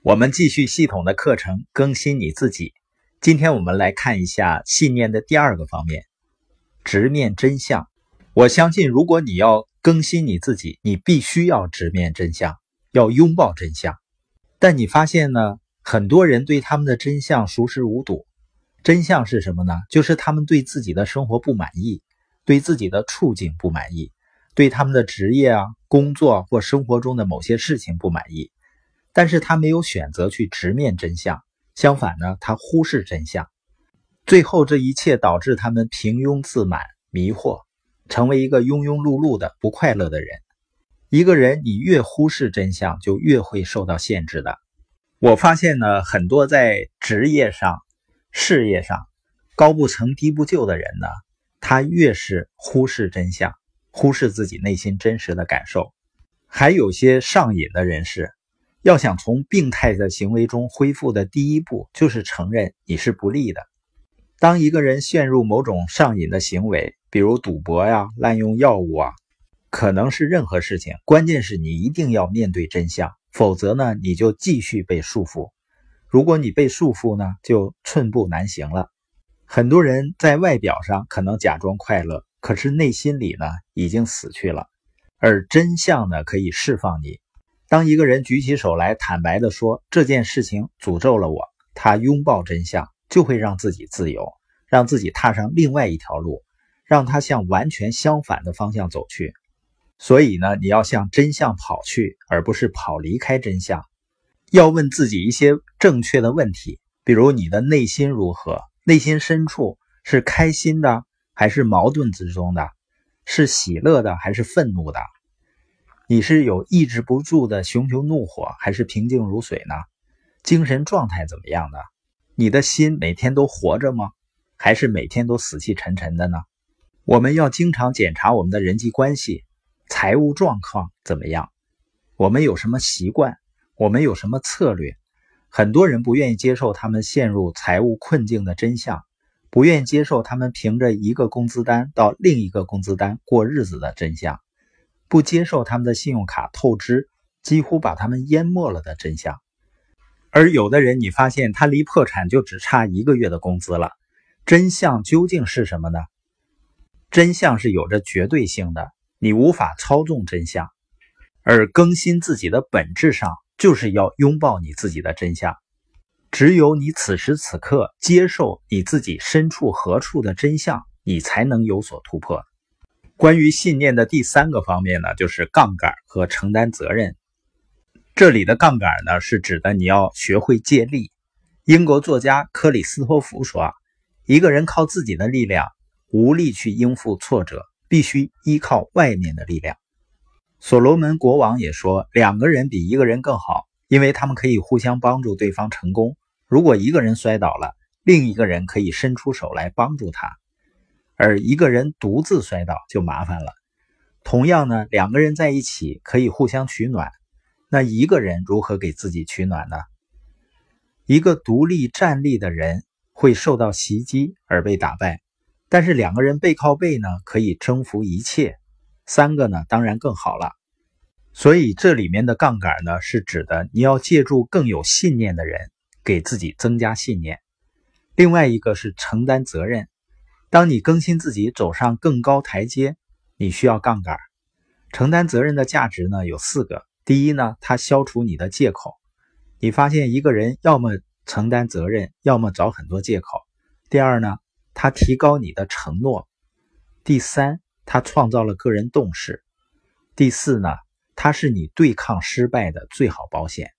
我们继续系统的课程，更新你自己。今天我们来看一下信念的第二个方面，直面真相。我相信如果你要更新你自己，你必须要直面真相，要拥抱真相。但你发现呢，很多人对他们的真相熟视无睹。真相是什么呢？就是他们对自己的生活不满意，对自己的处境不满意，对他们的职业工作或生活中的某些事情不满意。但是他没有选择去直面真相，相反呢，他忽视真相。最后这一切导致他们平庸自满、迷惑，成为一个庸庸碌碌的不快乐的人。一个人你越忽视真相，就越会受到限制的。我发现呢，很多在职业上、事业上高不成低不就的人呢，他越是忽视真相，忽视自己内心真实的感受。还有些上瘾的人士，要想从病态的行为中恢复的第一步，就是承认你是不利的。当一个人陷入某种上瘾的行为，比如赌博滥用药物可能是任何事情，关键是你一定要面对真相，否则呢，你就继续被束缚。如果你被束缚呢，就寸步难行了。很多人在外表上可能假装快乐，可是内心里呢，已经死去了。而真相呢，可以释放你。当一个人举起手来坦白地说这件事情诅咒了我，他拥抱真相，就会让自己自由，让自己踏上另外一条路，让他向完全相反的方向走去。所以呢，你要向真相跑去，而不是跑离开真相。要问自己一些正确的问题，比如你的内心如何，内心深处是开心的还是矛盾之中的，是喜乐的还是愤怒的，你是有抑制不住的熊熊怒火，还是平静如水呢？精神状态怎么样呢？你的心每天都活着吗？还是每天都死气沉沉的呢？我们要经常检查我们的人际关系，财务状况怎么样？我们有什么习惯？我们有什么策略？很多人不愿意接受他们陷入财务困境的真相，不愿意接受他们凭着一个工资单到另一个工资单过日子的真相，不接受他们的信用卡透支几乎把他们淹没了的真相。而有的人你发现他离破产就只差1个月的工资了，真相究竟是什么呢？真相是有着绝对性的，你无法操纵真相。而更新自己的本质上就是要拥抱你自己的真相。只有你此时此刻接受你自己身处何处的真相，你才能有所突破。关于信念的第3个方面呢，就是杠杆和承担责任。这里的杠杆呢，是指的你要学会借力。英国作家克里斯托弗说，一个人靠自己的力量无力去应付挫折，必须依靠外面的力量。所罗门国王也说，2个人比1个人更好，因为他们可以互相帮助对方成功。如果1个人摔倒了，另一个人可以伸出手来帮助他。而1个人独自摔倒就麻烦了。同样呢，2个人在一起可以互相取暖，那1个人如何给自己取暖呢？一个独立站立的人会受到袭击而被打败，但是2个人背靠背呢，可以征服一切。3个呢，当然更好了。所以这里面的杠杆呢，是指的你要借助更有信念的人，给自己增加信念。另外一个是承担责任。当你更新自己走上更高台阶，你需要杠杆。承担责任的价值呢，有4个。第一呢，它消除你的借口。你发现一个人要么承担责任，要么找很多借口。第二呢，它提高你的承诺。第3，它创造了个人动势。第4呢，它是你对抗失败的最好保险。